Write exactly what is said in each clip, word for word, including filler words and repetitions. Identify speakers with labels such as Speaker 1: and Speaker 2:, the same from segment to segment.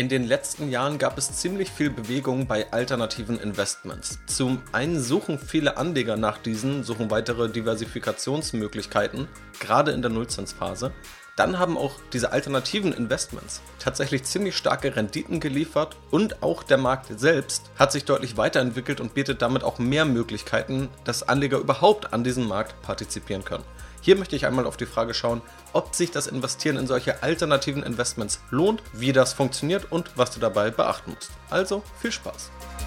Speaker 1: In den letzten Jahren gab es ziemlich viel Bewegung bei alternativen Investments. Zum einen suchen viele Anleger nach diesen, suchen weitere Diversifikationsmöglichkeiten, gerade in der Nullzinsphase. Dann haben auch diese alternativen Investments tatsächlich ziemlich starke Renditen geliefert und auch der Markt selbst hat sich deutlich weiterentwickelt und bietet damit auch mehr Möglichkeiten, dass Anleger überhaupt an diesem Markt partizipieren können. Hier möchte ich einmal auf die Frage schauen, ob sich das Investieren in solche alternativen Investments lohnt, wie das funktioniert und was du dabei beachten musst. Also viel Spaß!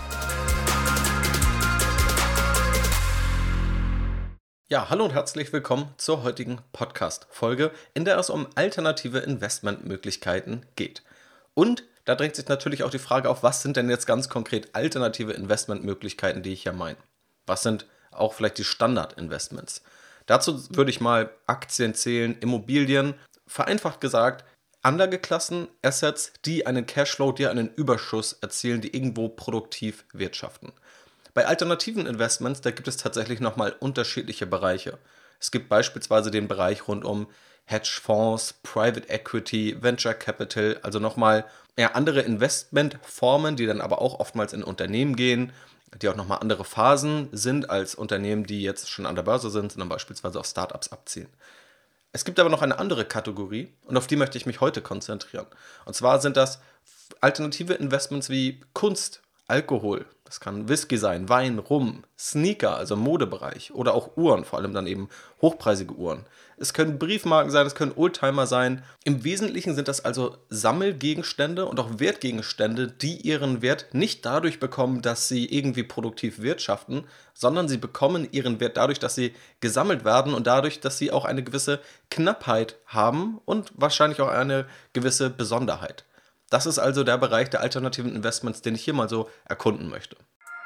Speaker 1: Ja, hallo und herzlich willkommen zur heutigen Podcast-Folge, in der es um alternative Investmentmöglichkeiten geht. Und da drängt sich natürlich auch die Frage auf, was sind denn jetzt ganz konkret alternative Investmentmöglichkeiten, die ich hier meine? Was sind auch vielleicht die Standardinvestments? Dazu würde ich mal Aktien zählen, Immobilien, vereinfacht gesagt, Anlageklassen, Assets, die einen Cashflow, die einen Überschuss erzielen, die irgendwo produktiv wirtschaften. Bei alternativen Investments, da gibt es tatsächlich nochmal unterschiedliche Bereiche. Es gibt beispielsweise den Bereich rund um Hedgefonds, Private Equity, Venture Capital, also nochmal eher andere Investmentformen, die dann aber auch oftmals in Unternehmen gehen, die auch nochmal andere Phasen sind als Unternehmen, die jetzt schon an der Börse sind, sondern beispielsweise auf Startups abzielen. Es gibt aber noch eine andere Kategorie und auf die möchte ich mich heute konzentrieren. Und zwar sind das alternative Investments wie Kunst, Alkohol, das kann Whisky sein, Wein, Rum, Sneaker, also im Modebereich oder auch Uhren, vor allem dann eben hochpreisige Uhren. Es können Briefmarken sein, es können Oldtimer sein. Im Wesentlichen sind das also Sammelgegenstände und auch Wertgegenstände, die ihren Wert nicht dadurch bekommen, dass sie irgendwie produktiv wirtschaften, sondern sie bekommen ihren Wert dadurch, dass sie gesammelt werden und dadurch, dass sie auch eine gewisse Knappheit haben und wahrscheinlich auch eine gewisse Besonderheit. Das ist also der Bereich der alternativen Investments, den ich hier mal so erkunden möchte.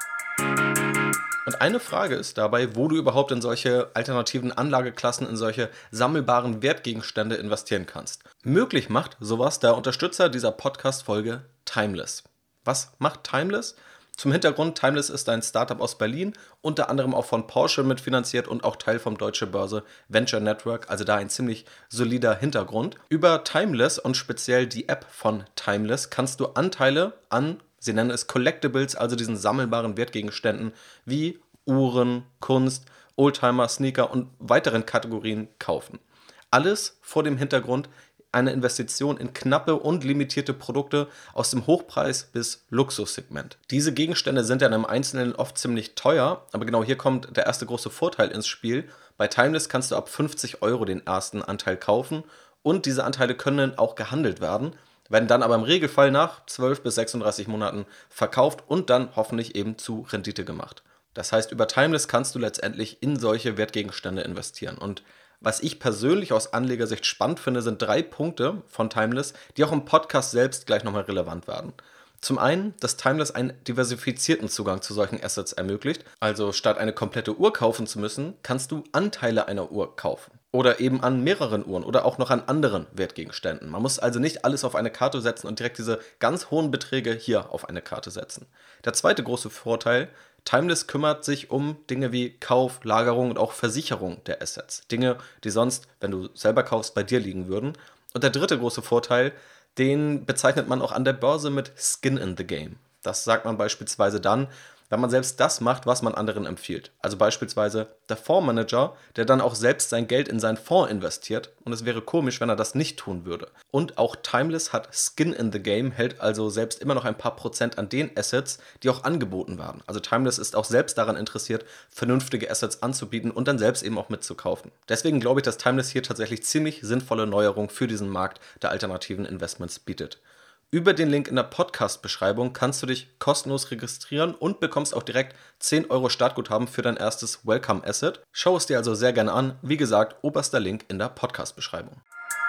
Speaker 1: Und eine Frage ist dabei, wo du überhaupt in solche alternativen Anlageklassen, in solche sammelbaren Wertgegenstände investieren kannst. Möglich macht sowas der Unterstützer dieser Podcast-Folge Timeless. Was macht Timeless? Zum Hintergrund, Timeless ist ein Startup aus Berlin, unter anderem auch von Porsche mitfinanziert und auch Teil vom Deutsche Börse Venture Network, also da ein ziemlich solider Hintergrund. Über Timeless und speziell die App von Timeless kannst du Anteile an, sie nennen es Collectibles, also diesen sammelbaren Wertgegenständen wie Uhren, Kunst, Oldtimer, Sneaker und weiteren Kategorien kaufen. Alles vor dem Hintergrund eine Investition in knappe und limitierte Produkte aus dem Hochpreis- bis Luxussegment. Diese Gegenstände sind dann im Einzelnen oft ziemlich teuer, aber genau hier kommt der erste große Vorteil ins Spiel. Bei Timeless kannst du ab fünfzig Euro den ersten Anteil kaufen und diese Anteile können auch gehandelt werden, werden dann aber im Regelfall nach zwölf bis sechsunddreißig Monaten verkauft und dann hoffentlich eben zu Rendite gemacht. Das heißt, über Timeless kannst du letztendlich in solche Wertgegenstände investieren. Und was ich persönlich aus Anlegersicht spannend finde, sind drei Punkte von Timeless, die auch im Podcast selbst gleich nochmal relevant werden. Zum einen, dass Timeless einen diversifizierten Zugang zu solchen Assets ermöglicht. Also statt eine komplette Uhr kaufen zu müssen, kannst du Anteile einer Uhr kaufen. Oder eben an mehreren Uhren oder auch noch an anderen Wertgegenständen. Man muss also nicht alles auf eine Karte setzen und direkt diese ganz hohen Beträge hier auf eine Karte setzen. Der zweite große Vorteil: Timeless kümmert sich um Dinge wie Kauf, Lagerung und auch Versicherung der Assets. Dinge, die sonst, wenn du selber kaufst, bei dir liegen würden. Und der dritte große Vorteil, den bezeichnet man auch an der Börse mit Skin in the Game. Das sagt man beispielsweise dann, wenn man selbst das macht, was man anderen empfiehlt. Also beispielsweise der Fondsmanager, der dann auch selbst sein Geld in seinen Fonds investiert. Und es wäre komisch, wenn er das nicht tun würde. Und auch Timeless hat Skin in the Game, hält also selbst immer noch ein paar Prozent an den Assets, die auch angeboten werden. Also Timeless ist auch selbst daran interessiert, vernünftige Assets anzubieten und dann selbst eben auch mitzukaufen. Deswegen glaube ich, dass Timeless hier tatsächlich ziemlich sinnvolle Neuerungen für diesen Markt der alternativen Investments bietet. Über den Link in der Podcast-Beschreibung kannst du dich kostenlos registrieren und bekommst auch direkt zehn Euro Startguthaben für dein erstes Welcome-Asset. Schau es dir also sehr gerne an. Wie gesagt, oberster Link in der Podcast-Beschreibung.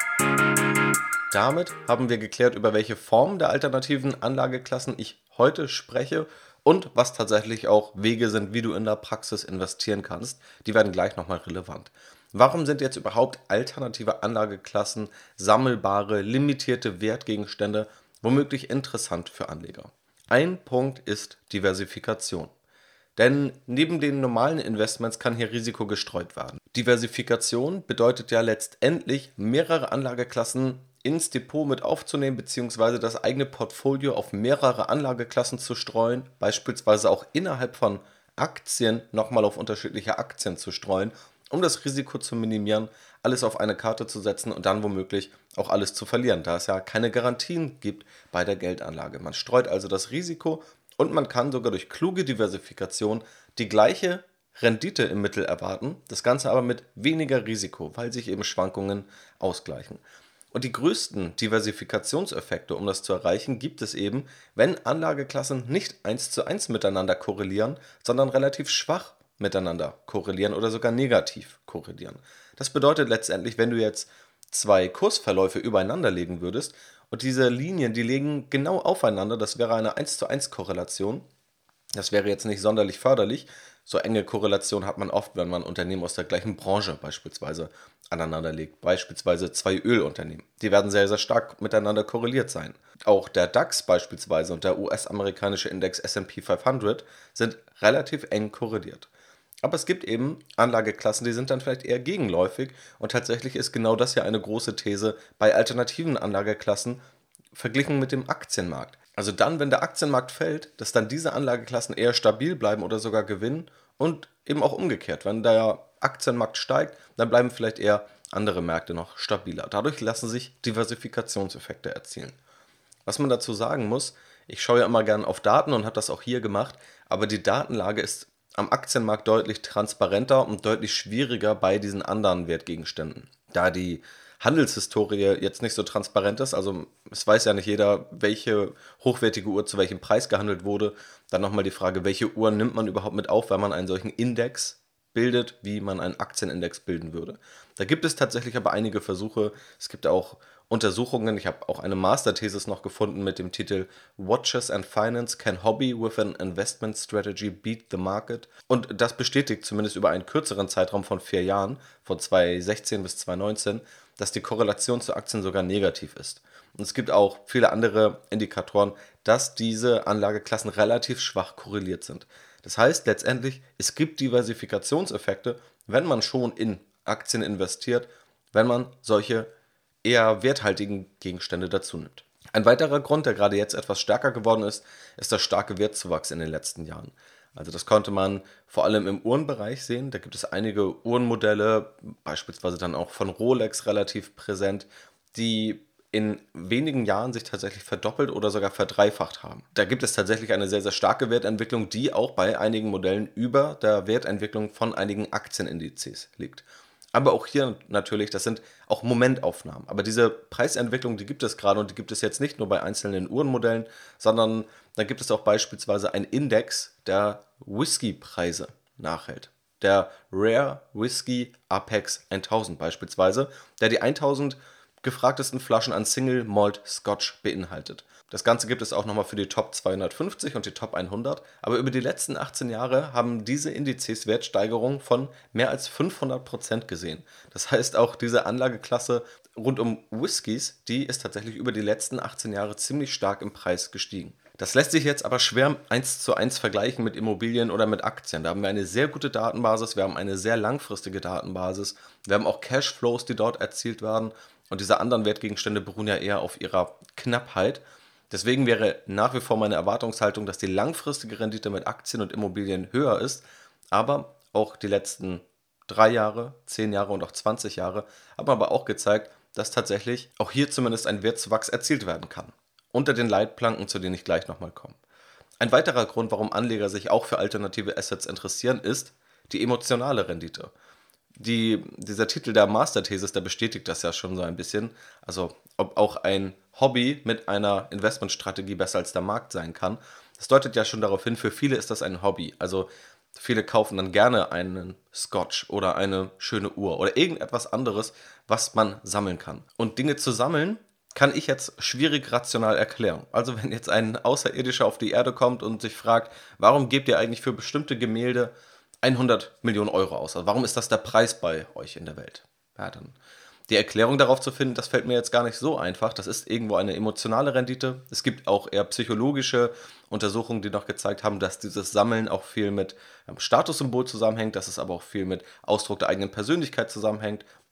Speaker 1: Damit haben wir geklärt, über welche Formen der alternativen Anlageklassen ich heute spreche und was tatsächlich auch Wege sind, wie du in der Praxis investieren kannst. Die werden gleich nochmal relevant. Warum sind jetzt überhaupt alternative Anlageklassen, sammelbare, limitierte Wertgegenstände womöglich interessant für Anleger? Ein Punkt ist Diversifikation. Denn neben den normalen Investments kann hier Risiko gestreut werden. Diversifikation bedeutet ja letztendlich, mehrere Anlageklassen ins Depot mit aufzunehmen, beziehungsweise das eigene Portfolio auf mehrere Anlageklassen zu streuen, beispielsweise auch innerhalb von Aktien nochmal auf unterschiedliche Aktien zu streuen, um das Risiko zu minimieren, alles auf eine Karte zu setzen und dann womöglich auch alles zu verlieren, da es ja keine Garantien gibt bei der Geldanlage. Man streut also das Risiko und man kann sogar durch kluge Diversifikation die gleiche Rendite im Mittel erwarten, das Ganze aber mit weniger Risiko, weil sich eben Schwankungen ausgleichen. Und die größten Diversifikationseffekte, um das zu erreichen, gibt es eben, wenn Anlageklassen nicht eins zu eins miteinander korrelieren, sondern relativ schwach miteinander korrelieren oder sogar negativ korrelieren. Das bedeutet letztendlich, wenn du jetzt zwei Kursverläufe übereinander legen würdest und diese Linien, die liegen genau aufeinander, das wäre eine eins zu eins Korrelation. Das wäre jetzt nicht sonderlich förderlich. So enge Korrelation hat man oft, wenn man Unternehmen aus der gleichen Branche beispielsweise aneinander legt. Beispielsweise zwei Ölunternehmen. Die werden sehr, sehr stark miteinander korreliert sein. Auch der DAX beispielsweise und der U S-amerikanische Index S and P fünfhundert sind relativ eng korreliert. Aber es gibt eben Anlageklassen, die sind dann vielleicht eher gegenläufig und tatsächlich ist genau das ja eine große These bei alternativen Anlageklassen verglichen mit dem Aktienmarkt. Also dann, wenn der Aktienmarkt fällt, dass dann diese Anlageklassen eher stabil bleiben oder sogar gewinnen und eben auch umgekehrt. Wenn der Aktienmarkt steigt, dann bleiben vielleicht eher andere Märkte noch stabiler. Dadurch lassen sich Diversifikationseffekte erzielen. Was man dazu sagen muss, ich schaue ja immer gerne auf Daten und habe das auch hier gemacht, aber die Datenlage ist am Aktienmarkt deutlich transparenter und deutlich schwieriger bei diesen anderen Wertgegenständen, da die Handelshistorie jetzt nicht so transparent ist. Also es weiß ja nicht jeder, welche hochwertige Uhr zu welchem Preis gehandelt wurde. Dann nochmal die Frage, welche Uhren nimmt man überhaupt mit auf, wenn man einen solchen Index bildet, wie man einen Aktienindex bilden würde. Da gibt es tatsächlich aber einige Versuche. Es gibt auch Untersuchungen. Ich habe auch eine Masterthesis noch gefunden mit dem Titel Watches and Finance, Can Hobby with an Investment Strategy Beat the Market? Und das bestätigt zumindest über einen kürzeren Zeitraum von vier Jahren, von zweitausendsechzehn bis zweitausendneunzehn, dass die Korrelation zu Aktien sogar negativ ist. Und es gibt auch viele andere Indikatoren, dass diese Anlageklassen relativ schwach korreliert sind. Das heißt letztendlich, es gibt Diversifikationseffekte, wenn man schon in Aktien investiert, wenn man solche eher werthaltigen Gegenstände dazu nimmt. Ein weiterer Grund, der gerade jetzt etwas stärker geworden ist, ist der starke Wertzuwachs in den letzten Jahren. Also das konnte man vor allem im Uhrenbereich sehen. Da gibt es einige Uhrenmodelle, beispielsweise dann auch von Rolex relativ präsent, die in wenigen Jahren sich tatsächlich verdoppelt oder sogar verdreifacht haben. Da gibt es tatsächlich eine sehr, sehr starke Wertentwicklung, die auch bei einigen Modellen über der Wertentwicklung von einigen Aktienindizes liegt. Aber auch hier natürlich, das sind auch Momentaufnahmen. Aber diese Preisentwicklung, die gibt es gerade und die gibt es jetzt nicht nur bei einzelnen Uhrenmodellen, sondern da gibt es auch beispielsweise einen Index, der Whisky-Preise nachhält. Der Rare Whisky Apex tausend beispielsweise, der die tausend gefragtesten Flaschen an Single Malt Scotch beinhaltet. Das Ganze gibt es auch nochmal für die Top zweihundertfünfzig und die Top hundert, aber über die letzten achtzehn Jahre haben diese Indizes Wertsteigerungen von mehr als fünfhundert Prozent gesehen. Das heißt, auch diese Anlageklasse rund um Whiskys, die ist tatsächlich über die letzten achtzehn Jahre ziemlich stark im Preis gestiegen. Das lässt sich jetzt aber schwer eins zu eins vergleichen mit Immobilien oder mit Aktien. Da haben wir eine sehr gute Datenbasis, wir haben eine sehr langfristige Datenbasis, wir haben auch Cashflows, die dort erzielt werden. Und diese anderen Wertgegenstände beruhen ja eher auf ihrer Knappheit. Deswegen wäre nach wie vor meine Erwartungshaltung, dass die langfristige Rendite mit Aktien und Immobilien höher ist. Aber auch die letzten drei Jahre, zehn Jahre und auch zwanzig Jahre haben aber auch gezeigt, dass tatsächlich auch hier zumindest ein Wertzuwachs erzielt werden kann. Unter den Leitplanken, zu denen ich gleich nochmal komme. Ein weiterer Grund, warum Anleger sich auch für alternative Assets interessieren, ist die emotionale Rendite. Die, dieser Titel der Masterthesis, der bestätigt das ja schon so ein bisschen. Also ob auch ein Hobby mit einer Investmentstrategie besser als der Markt sein kann. Das deutet ja schon darauf hin, für viele ist das ein Hobby. Also viele kaufen dann gerne einen Scotch oder eine schöne Uhr oder irgendetwas anderes, was man sammeln kann. Und Dinge zu sammeln, kann ich jetzt schwierig rational erklären. Also wenn jetzt ein Außerirdischer auf die Erde kommt und sich fragt, warum gebt ihr eigentlich für bestimmte Gemälde hundert Millionen Euro aus? Also warum ist das der Preis bei euch in der Welt? Ja, dann die Erklärung darauf zu finden, das fällt mir jetzt gar nicht so einfach. Das ist irgendwo eine emotionale Rendite. Es gibt auch eher psychologische Untersuchungen, die noch gezeigt haben, dass dieses Sammeln auch viel mit ähm, Statussymbol zusammenhängt, dass es aber auch viel mit Ausdruck der eigenen Persönlichkeit zusammenhängt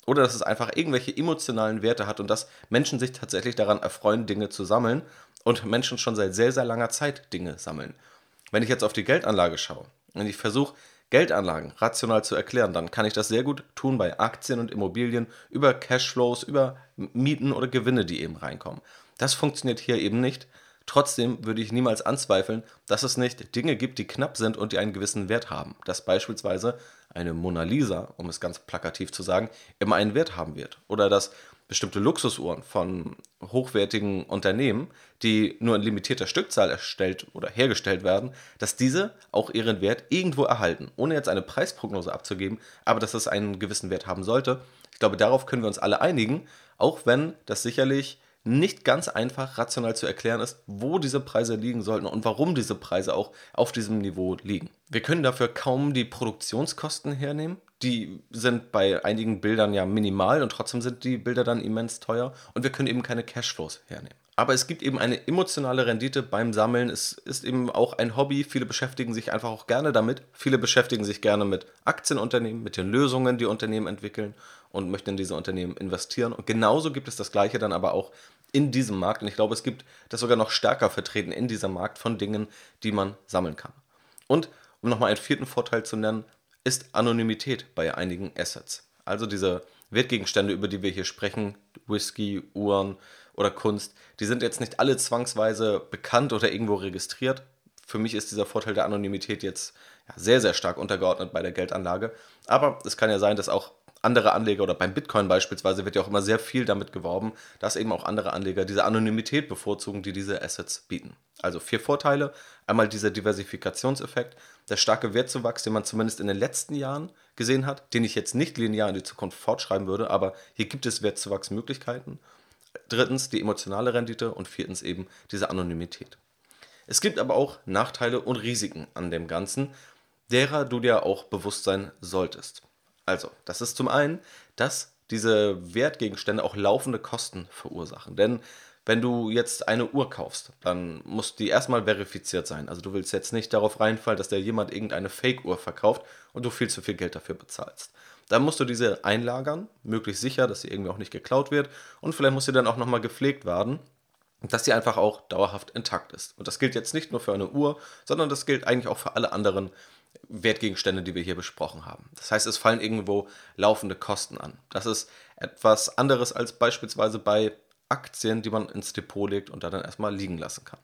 Speaker 1: oder dass es einfach irgendwelche emotionalen Werte hat und dass Menschen sich tatsächlich daran erfreuen, Dinge zu sammeln und Menschen schon seit sehr, sehr langer Zeit Dinge sammeln. Wenn ich jetzt auf die Geldanlage schaue und ich versuche, Geldanlagen rational zu erklären, dann kann ich das sehr gut tun bei Aktien und Immobilien, über Cashflows, über Mieten oder Gewinne, die eben reinkommen. Das funktioniert hier eben nicht. Trotzdem würde ich niemals anzweifeln, dass es nicht Dinge gibt, die knapp sind und die einen gewissen Wert haben. Dass beispielsweise eine Mona Lisa, um es ganz plakativ zu sagen, immer einen Wert haben wird. Oder dass bestimmte Luxusuhren von hochwertigen Unternehmen, die nur in limitierter Stückzahl erstellt oder hergestellt werden, dass diese auch ihren Wert irgendwo erhalten, ohne jetzt eine Preisprognose abzugeben, aber dass es einen gewissen Wert haben sollte. Ich glaube, darauf können wir uns alle einigen, auch wenn das sicherlich nicht ganz einfach rational zu erklären ist, wo diese Preise liegen sollten und warum diese Preise auch auf diesem Niveau liegen. Wir können dafür kaum die Produktionskosten hernehmen. Die sind bei einigen Bildern ja minimal und trotzdem sind die Bilder dann immens teuer und wir können eben keine Cashflows hernehmen. Aber es gibt eben eine emotionale Rendite beim Sammeln. Es ist eben auch ein Hobby. Viele beschäftigen sich einfach auch gerne damit. Viele beschäftigen sich gerne mit Aktienunternehmen, mit den Lösungen, die Unternehmen entwickeln und möchten in diese Unternehmen investieren. Und genauso gibt es das Gleiche dann aber auch in diesem Markt. Und ich glaube, es gibt das sogar noch stärker vertreten in diesem Markt von Dingen, die man sammeln kann. Und um nochmal einen vierten Vorteil zu nennen, ist Anonymität bei einigen Assets. Also diese Wertgegenstände, über die wir hier sprechen, Whisky, Uhren oder Kunst, die sind jetzt nicht alle zwangsweise bekannt oder irgendwo registriert. Für mich ist dieser Vorteil der Anonymität jetzt ja, sehr, sehr stark untergeordnet bei der Geldanlage. Aber es kann ja sein, dass auch andere Anleger oder beim Bitcoin beispielsweise wird ja auch immer sehr viel damit geworben, dass eben auch andere Anleger diese Anonymität bevorzugen, die diese Assets bieten. Also vier Vorteile. Einmal dieser Diversifikationseffekt, der starke Wertzuwachs, den man zumindest in den letzten Jahren gesehen hat, den ich jetzt nicht linear in die Zukunft fortschreiben würde, aber hier gibt es Wertzuwachsmöglichkeiten. Drittens die emotionale Rendite und viertens eben diese Anonymität. Es gibt aber auch Nachteile und Risiken an dem Ganzen, derer du dir auch bewusst sein solltest. Also, das ist zum einen, dass diese Wertgegenstände auch laufende Kosten verursachen. Denn wenn du jetzt eine Uhr kaufst, dann muss die erstmal verifiziert sein. Also du willst jetzt nicht darauf reinfallen, dass dir jemand irgendeine Fake-Uhr verkauft und du viel zu viel Geld dafür bezahlst. Dann musst du diese einlagern, möglichst sicher, dass sie irgendwie auch nicht geklaut wird und vielleicht muss sie dann auch nochmal gepflegt werden, dass sie einfach auch dauerhaft intakt ist. Und das gilt jetzt nicht nur für eine Uhr, sondern das gilt eigentlich auch für alle anderen Wertgegenstände, die wir hier besprochen haben. Das heißt, es fallen irgendwo laufende Kosten an. Das ist etwas anderes als beispielsweise bei Aktien, die man ins Depot legt und da dann erstmal liegen lassen kann.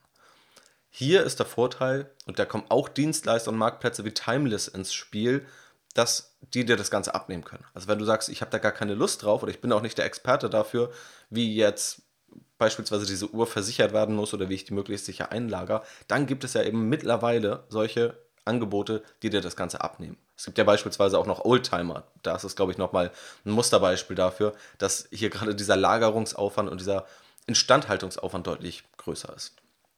Speaker 1: Hier ist der Vorteil, und da kommen auch Dienstleister und Marktplätze wie Timeless ins Spiel, dass die dir das Ganze abnehmen können. Also wenn du sagst, ich habe da gar keine Lust drauf oder ich bin auch nicht der Experte dafür, wie jetzt beispielsweise diese Uhr versichert werden muss oder wie ich die möglichst sicher einlager, dann gibt es ja eben mittlerweile solche Angebote, die dir das Ganze abnehmen. Es gibt ja beispielsweise auch noch Oldtimer. Da ist es, glaube ich, nochmal ein Musterbeispiel dafür, dass hier gerade dieser Lagerungsaufwand und dieser Instandhaltungsaufwand deutlich größer ist.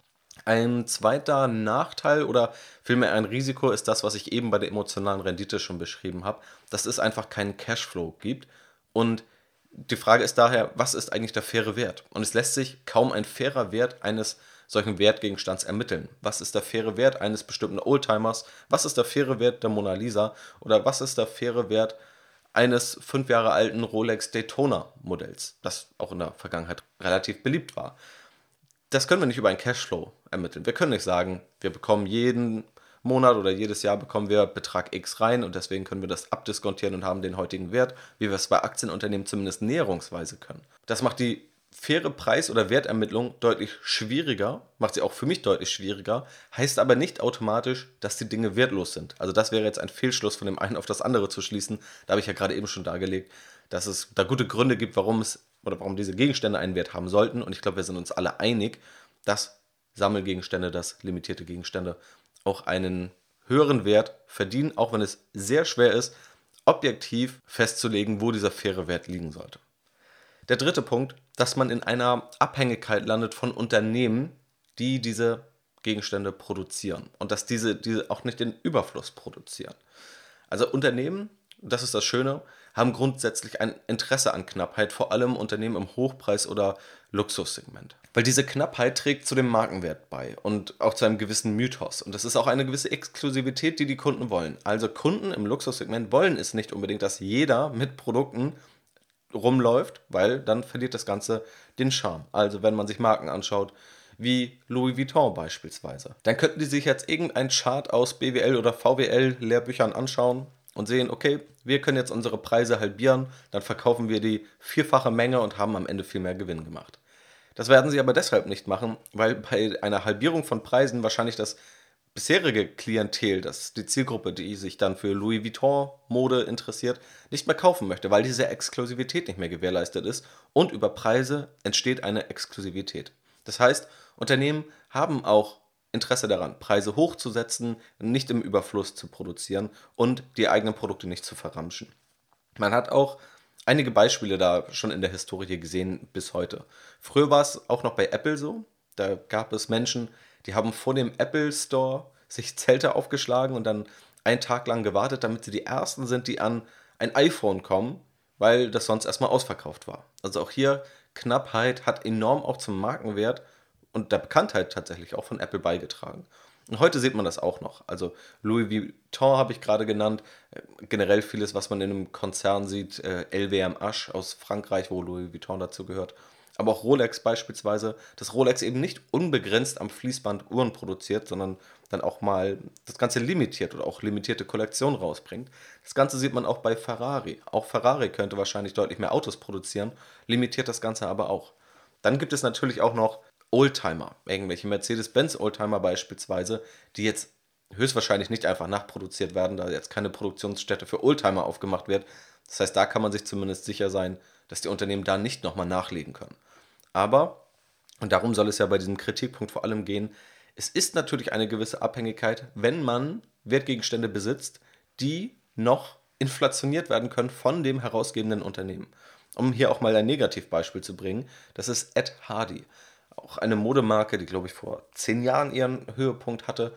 Speaker 1: Ein zweiter Nachteil oder vielmehr ein Risiko ist das, was ich eben bei der emotionalen Rendite schon beschrieben habe, dass es einfach keinen Cashflow gibt. Und die Frage ist daher, was ist eigentlich der faire Wert? Und es lässt sich kaum ein fairer Wert eines solchen Wertgegenstands ermitteln. Was ist der faire Wert eines bestimmten Oldtimers? Was ist der faire Wert der Mona Lisa? Oder was ist der faire Wert eines fünf Jahre alten Rolex Daytona Modells, das auch in der Vergangenheit relativ beliebt war? Das können wir nicht über einen Cashflow ermitteln. Wir können nicht sagen, wir bekommen jeden Monat oder jedes Jahr bekommen wir Betrag X rein und deswegen können wir das abdiskontieren und haben den heutigen Wert, wie wir es bei Aktienunternehmen zumindest näherungsweise können. Das macht die faire Preis- oder Wertermittlung deutlich schwieriger, macht sie auch für mich deutlich schwieriger, heißt aber nicht automatisch, dass die Dinge wertlos sind. Also das wäre jetzt ein Fehlschluss von dem einen auf das andere zu schließen. Da habe ich ja gerade eben schon dargelegt, dass es da gute Gründe gibt, warum es oder warum diese Gegenstände einen Wert haben sollten. Und ich glaube, wir sind uns alle einig, dass Sammelgegenstände, dass limitierte Gegenstände auch einen höheren Wert verdienen, auch wenn es sehr schwer ist, objektiv festzulegen, wo dieser faire Wert liegen sollte. Der dritte Punkt, dass man in einer Abhängigkeit landet von Unternehmen, die diese Gegenstände produzieren und dass diese, diese auch nicht den Überfluss produzieren. Also Unternehmen, das ist das Schöne, haben grundsätzlich ein Interesse an Knappheit, vor allem Unternehmen im Hochpreis- oder Luxussegment. Weil diese Knappheit trägt zu dem Markenwert bei und auch zu einem gewissen Mythos. Und das ist auch eine gewisse Exklusivität, die die Kunden wollen. Also Kunden im Luxussegment wollen es nicht unbedingt, dass jeder mit Produkten rumläuft, weil dann verliert das Ganze den Charme. Also wenn man sich Marken anschaut, wie Louis Vuitton beispielsweise. Dann könnten die sich jetzt irgendeinen Chart aus B W L oder V W L-Lehrbüchern anschauen und sehen, okay, wir können jetzt unsere Preise halbieren, dann verkaufen wir die vierfache Menge und haben am Ende viel mehr Gewinn gemacht. Das werden sie aber deshalb nicht machen, weil bei einer Halbierung von Preisen wahrscheinlich das bisherige Klientel, das die Zielgruppe, die sich dann für Louis Vuitton Mode interessiert, nicht mehr kaufen möchte, weil diese Exklusivität nicht mehr gewährleistet ist und über Preise entsteht eine Exklusivität. Das heißt, Unternehmen haben auch Interesse daran, Preise hochzusetzen, nicht im Überfluss zu produzieren und die eigenen Produkte nicht zu verramschen. Man hat auch einige Beispiele da schon in der Historie gesehen bis heute. Früher war es auch noch bei Apple so. Da gab es Menschen, die haben vor dem Apple Store sich Zelte aufgeschlagen und dann einen Tag lang gewartet, damit sie die Ersten sind, die an ein iPhone kommen, weil das sonst erstmal ausverkauft war. Also auch hier, Knappheit hat enorm auch zum Markenwert und der Bekanntheit tatsächlich auch von Apple beigetragen. Und heute sieht man das auch noch. Also Louis Vuitton habe ich gerade genannt. Äh, Generell vieles, was man in einem Konzern sieht. Äh, L W M H aus Frankreich, wo Louis Vuitton dazu gehört. Aber auch Rolex beispielsweise. Dass Rolex eben nicht unbegrenzt am Fließband Uhren produziert, sondern dann auch mal das Ganze limitiert oder auch limitierte Kollektionen rausbringt. Das Ganze sieht man auch bei Ferrari. Auch Ferrari könnte wahrscheinlich deutlich mehr Autos produzieren, limitiert das Ganze aber auch. Dann gibt es natürlich auch noch Oldtimer, irgendwelche Mercedes-Benz-Oldtimer beispielsweise, die jetzt höchstwahrscheinlich nicht einfach nachproduziert werden, da jetzt keine Produktionsstätte für Oldtimer aufgemacht wird. Das heißt, da kann man sich zumindest sicher sein, dass die Unternehmen da nicht nochmal nachlegen können. Aber, und darum soll es ja bei diesem Kritikpunkt vor allem gehen, es ist natürlich eine gewisse Abhängigkeit, wenn man Wertgegenstände besitzt, die noch inflationiert werden können von dem herausgebenden Unternehmen. Um hier auch mal ein Negativbeispiel zu bringen, das ist Ed Hardy. Auch eine Modemarke, die, glaube ich, vor zehn Jahren ihren Höhepunkt hatte.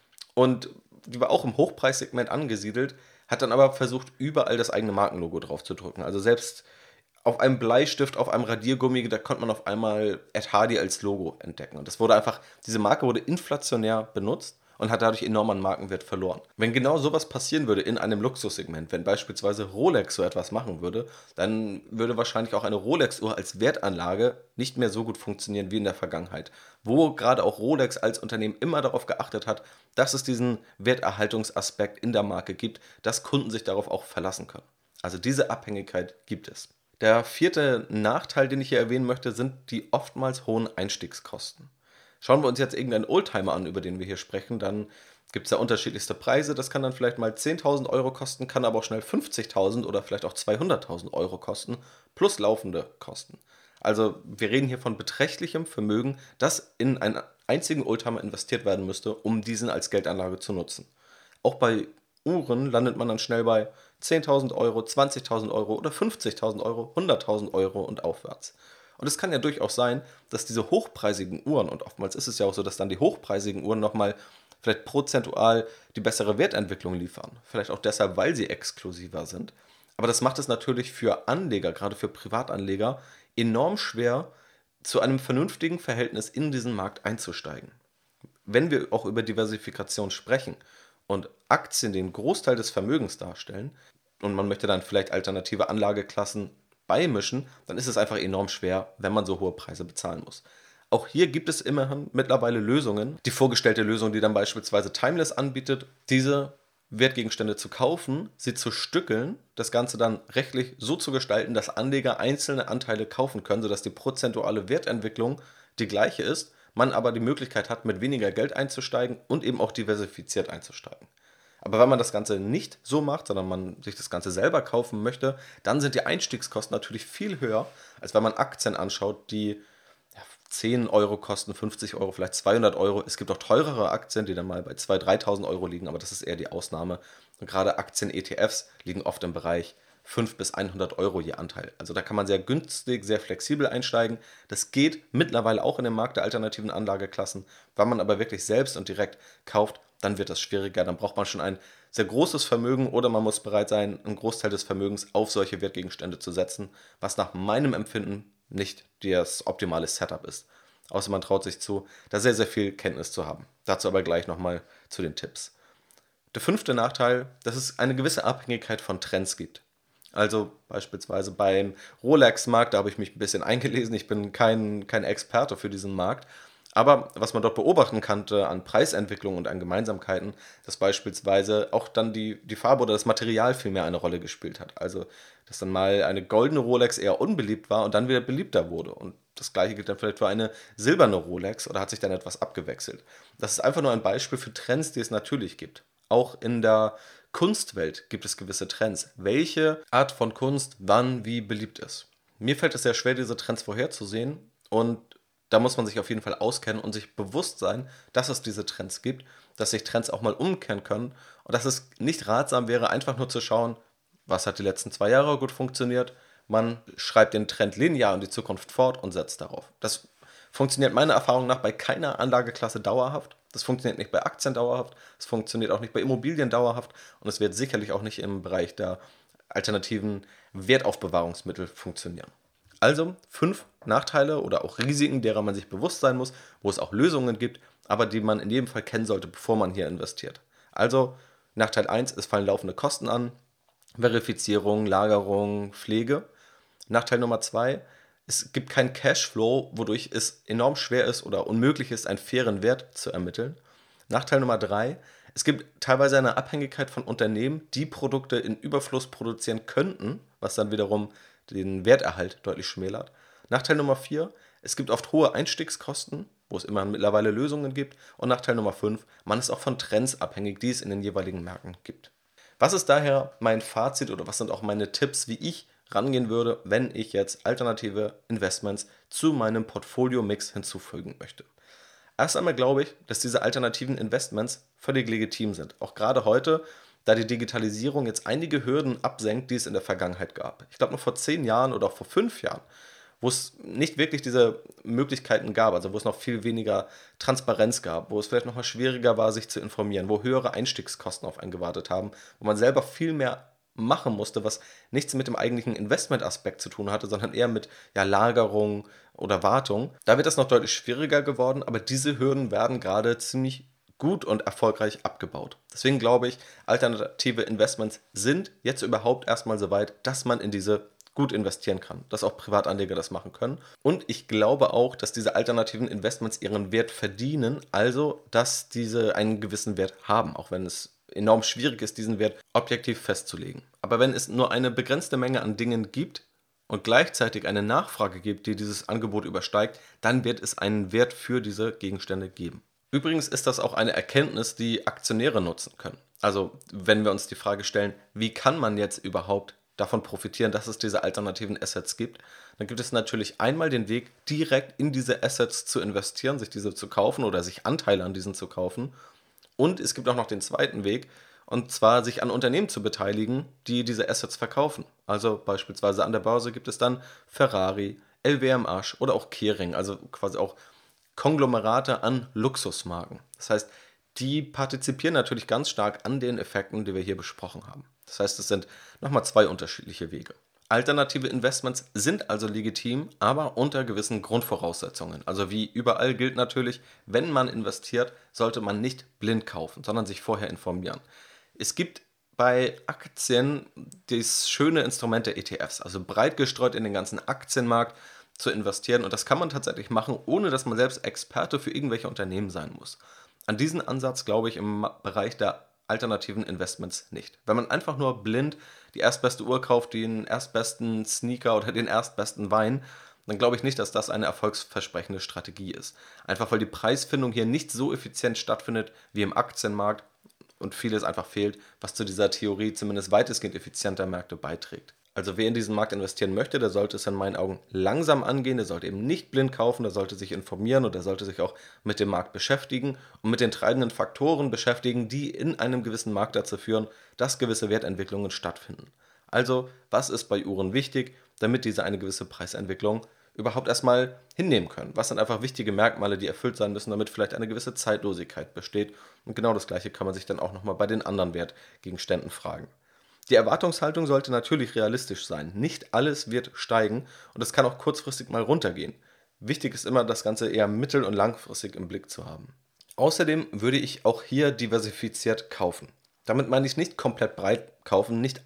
Speaker 1: Und die war auch im Hochpreissegment angesiedelt, hat dann aber versucht, überall das eigene Markenlogo drauf zu drücken. Also selbst auf einem Bleistift, auf einem Radiergummi, da konnte man auf einmal Ed Hardy als Logo entdecken. Und das wurde einfach, diese Marke wurde inflationär benutzt und hat dadurch enorm an Markenwert verloren. Wenn genau sowas passieren würde in einem Luxussegment, wenn beispielsweise Rolex so etwas machen würde, dann würde wahrscheinlich auch eine Rolex-Uhr als Wertanlage nicht mehr so gut funktionieren wie in der Vergangenheit, wo gerade auch Rolex als Unternehmen immer darauf geachtet hat, dass es diesen Werterhaltungsaspekt in der Marke gibt, dass Kunden sich darauf auch verlassen können. Also diese Abhängigkeit gibt es. Der vierte Nachteil, den ich hier erwähnen möchte, sind die oftmals hohen Einstiegskosten. Schauen wir uns jetzt irgendeinen Oldtimer an, über den wir hier sprechen, dann gibt es ja unterschiedlichste Preise. Das kann dann vielleicht mal zehntausend Euro kosten, kann aber auch schnell fünfzigtausend oder vielleicht auch zweihunderttausend Euro kosten, plus laufende Kosten. Also wir reden hier von beträchtlichem Vermögen, das in einen einzigen Oldtimer investiert werden müsste, um diesen als Geldanlage zu nutzen. Auch bei Uhren landet man dann schnell bei zehntausend Euro, zwanzigtausend Euro oder fünfzigtausend Euro, hunderttausend Euro und aufwärts. Und es kann ja durchaus sein, dass diese hochpreisigen Uhren, und oftmals ist es ja auch so, dass dann die hochpreisigen Uhren nochmal vielleicht prozentual die bessere Wertentwicklung liefern. Vielleicht auch deshalb, weil sie exklusiver sind. Aber das macht es natürlich für Anleger, gerade für Privatanleger, enorm schwer, zu einem vernünftigen Verhältnis in diesen Markt einzusteigen. Wenn wir auch über Diversifikation sprechen und Aktien den Großteil des Vermögens darstellen und man möchte dann vielleicht alternative Anlageklassen beimischen, dann ist es einfach enorm schwer, wenn man so hohe Preise bezahlen muss. Auch hier gibt es immerhin mittlerweile Lösungen. Die vorgestellte Lösung, die dann beispielsweise Timeless anbietet, diese Wertgegenstände zu kaufen, sie zu stückeln, das Ganze dann rechtlich so zu gestalten, dass Anleger einzelne Anteile kaufen können, sodass die prozentuale Wertentwicklung die gleiche ist, man aber die Möglichkeit hat, mit weniger Geld einzusteigen und eben auch diversifiziert einzusteigen. Aber wenn man das Ganze nicht so macht, sondern man sich das Ganze selber kaufen möchte, dann sind die Einstiegskosten natürlich viel höher, als wenn man Aktien anschaut, die ja, zehn Euro kosten, fünfzig Euro, vielleicht zweihundert Euro. Es gibt auch teurere Aktien, die dann mal bei zweitausend, dreitausend Euro liegen, aber das ist eher die Ausnahme. Und gerade Aktien-E T Fs liegen oft im Bereich fünf bis hundert Euro je Anteil. Also da kann man sehr günstig, sehr flexibel einsteigen. Das geht mittlerweile auch in dem Markt der alternativen Anlageklassen. Wenn man aber wirklich selbst und direkt kauft, dann wird das schwieriger. Dann braucht man schon ein sehr großes Vermögen oder man muss bereit sein, einen Großteil des Vermögens auf solche Wertgegenstände zu setzen, was nach meinem Empfinden nicht das optimale Setup ist. Außer man traut sich zu, da sehr, sehr viel Kenntnis zu haben. Dazu aber gleich nochmal zu den Tipps. Der fünfte Nachteil, dass es eine gewisse Abhängigkeit von Trends gibt. Also beispielsweise beim Rolex-Markt, da habe ich mich ein bisschen eingelesen. Ich bin kein, kein Experte für diesen Markt. Aber was man dort beobachten konnte an Preisentwicklung und an Gemeinsamkeiten, dass beispielsweise auch dann die, die Farbe oder das Material viel mehr eine Rolle gespielt hat. Also, dass dann mal eine goldene Rolex eher unbeliebt war und dann wieder beliebter wurde. Und das gleiche gilt dann vielleicht für eine silberne Rolex oder hat sich dann etwas abgewechselt. Das ist einfach nur ein Beispiel für Trends, die es natürlich gibt. Auch in der Kunstwelt gibt es gewisse Trends. Welche Art von Kunst wann wie beliebt ist. Mir fällt es sehr schwer, diese Trends vorherzusehen und da muss man sich auf jeden Fall auskennen und sich bewusst sein, dass es diese Trends gibt, dass sich Trends auch mal umkehren können und dass es nicht ratsam wäre, einfach nur zu schauen, was hat die letzten zwei Jahre gut funktioniert. Man schreibt den Trend linear in die Zukunft fort und setzt darauf. Das funktioniert meiner Erfahrung nach bei keiner Anlageklasse dauerhaft. Das funktioniert nicht bei Aktien dauerhaft. Es funktioniert auch nicht bei Immobilien dauerhaft. Und es wird sicherlich auch nicht im Bereich der alternativen Wertaufbewahrungsmittel funktionieren. Also fünf Nachteile oder auch Risiken, derer man sich bewusst sein muss, wo es auch Lösungen gibt, aber die man in jedem Fall kennen sollte, bevor man hier investiert. Also Nachteil eins: es fallen laufende Kosten an, Verifizierung, Lagerung, Pflege. Nachteil Nummer zwei: es gibt keinen Cashflow, wodurch es enorm schwer ist oder unmöglich ist, einen fairen Wert zu ermitteln. Nachteil Nummer drei: es gibt teilweise eine Abhängigkeit von Unternehmen, die Produkte in Überfluss produzieren könnten, was dann wiederum den Werterhalt deutlich schmälert. Nachteil Nummer vier: es gibt oft hohe Einstiegskosten, wo es immer mittlerweile Lösungen gibt. Und Nachteil Nummer fünf: man ist auch von Trends abhängig, die es in den jeweiligen Märkten gibt. Was ist daher mein Fazit oder was sind auch meine Tipps, wie ich rangehen würde, wenn ich jetzt alternative Investments zu meinem Portfolio-Mix hinzufügen möchte? Erst einmal glaube ich, dass diese alternativen Investments völlig legitim sind. Auch gerade heute, da die Digitalisierung jetzt einige Hürden absenkt, die es in der Vergangenheit gab. Ich glaube, noch vor zehn Jahren oder auch vor fünf Jahren, wo es nicht wirklich diese Möglichkeiten gab, also wo es noch viel weniger Transparenz gab, wo es vielleicht noch mal schwieriger war, sich zu informieren, wo höhere Einstiegskosten auf einen gewartet haben, wo man selber viel mehr machen musste, was nichts mit dem eigentlichen Investmentaspekt zu tun hatte, sondern eher mit ja, Lagerung oder Wartung. Da wird das noch deutlich schwieriger geworden, aber diese Hürden werden gerade ziemlich gut und erfolgreich abgebaut. Deswegen glaube ich, alternative Investments sind jetzt überhaupt erstmal so weit, dass man in diese gut investieren kann, dass auch Privatanleger das machen können. Und ich glaube auch, dass diese alternativen Investments ihren Wert verdienen, also dass diese einen gewissen Wert haben, auch wenn es enorm schwierig ist, diesen Wert objektiv festzulegen. Aber wenn es nur eine begrenzte Menge an Dingen gibt und gleichzeitig eine Nachfrage gibt, die dieses Angebot übersteigt, dann wird es einen Wert für diese Gegenstände geben. Übrigens ist das auch eine Erkenntnis, die Aktionäre nutzen können. Also wenn wir uns die Frage stellen, wie kann man jetzt überhaupt davon profitieren, dass es diese alternativen Assets gibt, dann gibt es natürlich einmal den Weg, direkt in diese Assets zu investieren, sich diese zu kaufen oder sich Anteile an diesen zu kaufen. Und es gibt auch noch den zweiten Weg, und zwar sich an Unternehmen zu beteiligen, die diese Assets verkaufen. Also beispielsweise an der Börse gibt es dann Ferrari, L W M H oder auch Kering, also quasi auch Konglomerate an Luxusmarken. Das heißt, die partizipieren natürlich ganz stark an den Effekten, die wir hier besprochen haben. Das heißt, es sind nochmal zwei unterschiedliche Wege. Alternative Investments sind also legitim, aber unter gewissen Grundvoraussetzungen. Also wie überall gilt natürlich, wenn man investiert, sollte man nicht blind kaufen, sondern sich vorher informieren. Es gibt bei Aktien das schöne Instrument der E T Fs, also breit gestreut in den ganzen Aktienmarkt zu investieren. Und das kann man tatsächlich machen, ohne dass man selbst Experte für irgendwelche Unternehmen sein muss. An diesen Ansatz glaube ich im Bereich der alternativen Investments nicht. Wenn man einfach nur blind die erstbeste Uhr kauft, den erstbesten Sneaker oder den erstbesten Wein, dann glaube ich nicht, dass das eine erfolgsversprechende Strategie ist. Einfach weil die Preisfindung hier nicht so effizient stattfindet wie im Aktienmarkt und vieles einfach fehlt, was zu dieser Theorie zumindest weitestgehend effizienter Märkte beiträgt. Also wer in diesen Markt investieren möchte, der sollte es in meinen Augen langsam angehen, der sollte eben nicht blind kaufen, der sollte sich informieren und der sollte sich auch mit dem Markt beschäftigen und mit den treibenden Faktoren beschäftigen, die in einem gewissen Markt dazu führen, dass gewisse Wertentwicklungen stattfinden. Also, was ist bei Uhren wichtig, damit diese eine gewisse Preisentwicklung überhaupt erstmal hinnehmen können? Was sind einfach wichtige Merkmale, die erfüllt sein müssen, damit vielleicht eine gewisse Zeitlosigkeit besteht? Und genau das Gleiche kann man sich dann auch nochmal bei den anderen Wertgegenständen fragen. Die Erwartungshaltung sollte natürlich realistisch sein. Nicht alles wird steigen und es kann auch kurzfristig mal runtergehen. Wichtig ist immer, das Ganze eher mittel- und langfristig im Blick zu haben. Außerdem würde ich auch hier diversifiziert kaufen. Damit meine ich nicht komplett breit kaufen, nicht alles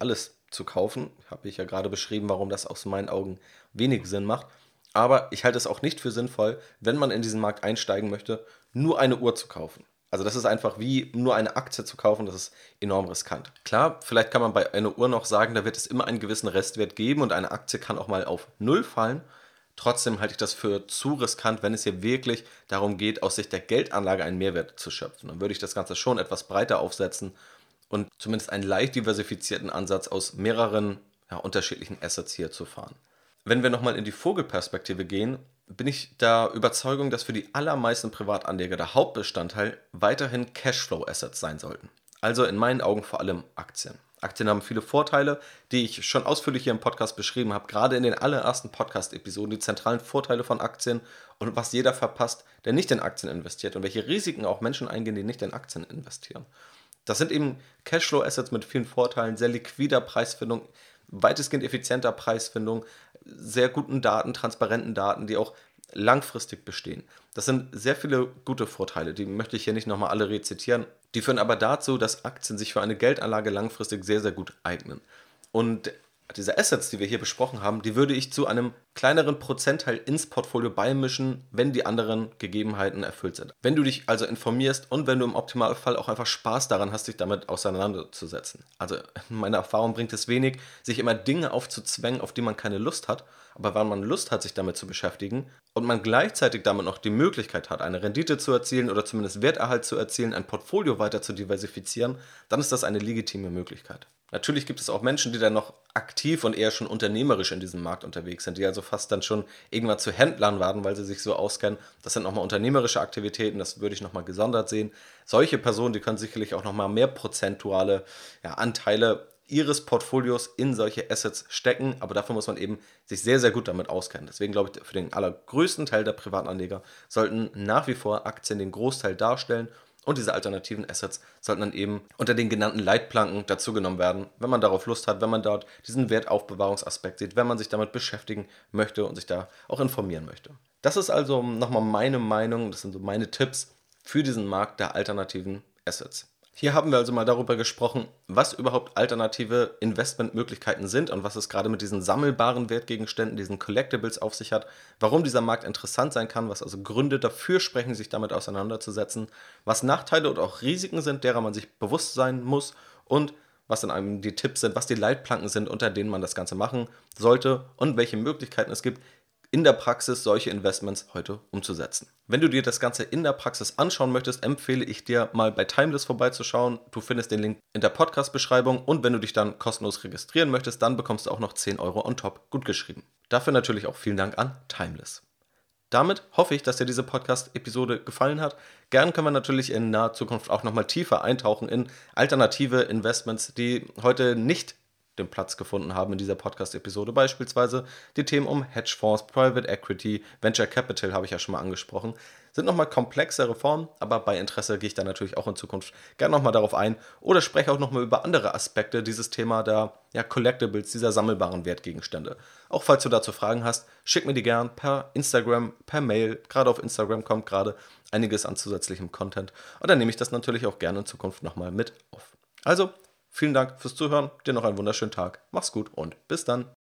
Speaker 1: zu kaufen. Habe ich ja gerade beschrieben, warum das aus meinen Augen wenig Sinn macht. Aber ich halte es auch nicht für sinnvoll, wenn man in diesen Markt einsteigen möchte, nur eine Uhr zu kaufen. Also das ist einfach wie nur eine Aktie zu kaufen, das ist enorm riskant. Klar, vielleicht kann man bei einer Uhr noch sagen, da wird es immer einen gewissen Restwert geben und eine Aktie kann auch mal auf Null fallen. Trotzdem halte ich das für zu riskant, wenn es hier wirklich darum geht, aus Sicht der Geldanlage einen Mehrwert zu schöpfen. Dann würde ich das Ganze schon etwas breiter aufsetzen und zumindest einen leicht diversifizierten Ansatz aus mehreren ja, unterschiedlichen Assets hier zu fahren. Wenn wir nochmal in die Vogelperspektive gehen, bin ich der Überzeugung, dass für die allermeisten Privatanleger der Hauptbestandteil weiterhin Cashflow-Assets sein sollten. Also in meinen Augen vor allem Aktien. Aktien haben viele Vorteile, die ich schon ausführlich hier im Podcast beschrieben habe, gerade in den allerersten Podcast-Episoden, die zentralen Vorteile von Aktien und was jeder verpasst, der nicht in Aktien investiert und welche Risiken auch Menschen eingehen, die nicht in Aktien investieren. Das sind eben Cashflow-Assets mit vielen Vorteilen, sehr liquider Preisfindung, weitestgehend effizienter Preisfindung, sehr guten Daten, transparenten Daten, die auch langfristig bestehen. Das sind sehr viele gute Vorteile, die möchte ich hier nicht nochmal alle rezitieren. Die führen aber dazu, dass Aktien sich für eine Geldanlage langfristig sehr, sehr gut eignen. Und diese Assets, die wir hier besprochen haben, die würde ich zu einem kleineren Prozentteil ins Portfolio beimischen, wenn die anderen Gegebenheiten erfüllt sind. Wenn du dich also informierst und wenn du im Optimalfall auch einfach Spaß daran hast, dich damit auseinanderzusetzen. Also in meiner Erfahrung bringt es wenig, sich immer Dinge aufzuzwängen, auf die man keine Lust hat. Aber wenn man Lust hat, sich damit zu beschäftigen und man gleichzeitig damit noch die Möglichkeit hat, eine Rendite zu erzielen oder zumindest Werterhalt zu erzielen, ein Portfolio weiter zu diversifizieren, dann ist das eine legitime Möglichkeit. Natürlich gibt es auch Menschen, die dann noch aktiv und eher schon unternehmerisch in diesem Markt unterwegs sind, die also fast dann schon irgendwann zu Händlern werden, weil sie sich so auskennen. Das sind nochmal unternehmerische Aktivitäten, das würde ich nochmal gesondert sehen. Solche Personen, die können sicherlich auch nochmal mehr prozentuale ja, Anteile ihres Portfolios in solche Assets stecken, aber dafür muss man eben sich sehr, sehr gut damit auskennen. Deswegen glaube ich, für den allergrößten Teil der Privatanleger sollten nach wie vor Aktien den Großteil darstellen. Und diese alternativen Assets sollten dann eben unter den genannten Leitplanken dazugenommen werden, wenn man darauf Lust hat, wenn man dort diesen Wertaufbewahrungsaspekt sieht, wenn man sich damit beschäftigen möchte und sich da auch informieren möchte. Das ist also nochmal meine Meinung, das sind so meine Tipps für diesen Markt der alternativen Assets. Hier haben wir also mal darüber gesprochen, was überhaupt alternative Investmentmöglichkeiten sind und was es gerade mit diesen sammelbaren Wertgegenständen, diesen Collectibles auf sich hat, warum dieser Markt interessant sein kann, was also Gründe dafür sprechen, sich damit auseinanderzusetzen, was Nachteile und auch Risiken sind, derer man sich bewusst sein muss und was dann einem die Tipps sind, was die Leitplanken sind, unter denen man das Ganze machen sollte und welche Möglichkeiten es gibt, in der Praxis solche Investments heute umzusetzen. Wenn du dir das Ganze in der Praxis anschauen möchtest, empfehle ich dir mal bei Timeless vorbeizuschauen. Du findest den Link in der Podcast-Beschreibung und wenn du dich dann kostenlos registrieren möchtest, dann bekommst du auch noch zehn Euro on top gutgeschrieben. Dafür natürlich auch vielen Dank an Timeless. Damit hoffe ich, dass dir diese Podcast-Episode gefallen hat. Gern können wir natürlich in naher Zukunft auch nochmal tiefer eintauchen in alternative Investments, die heute nicht den Platz gefunden haben in dieser Podcast-Episode. Beispielsweise die Themen um Hedgefonds, Private Equity, Venture Capital habe ich ja schon mal angesprochen. Sind nochmal komplexere Formen, aber bei Interesse gehe ich da natürlich auch in Zukunft gerne nochmal darauf ein oder spreche auch nochmal über andere Aspekte dieses Thema der ja, Collectibles, dieser sammelbaren Wertgegenstände. Auch falls du dazu Fragen hast, schick mir die gern per Instagram, per Mail. Gerade auf Instagram kommt gerade einiges an zusätzlichem Content und dann nehme ich das natürlich auch gerne in Zukunft nochmal mit auf. Also, vielen Dank fürs Zuhören, dir noch einen wunderschönen Tag, mach's gut und bis dann.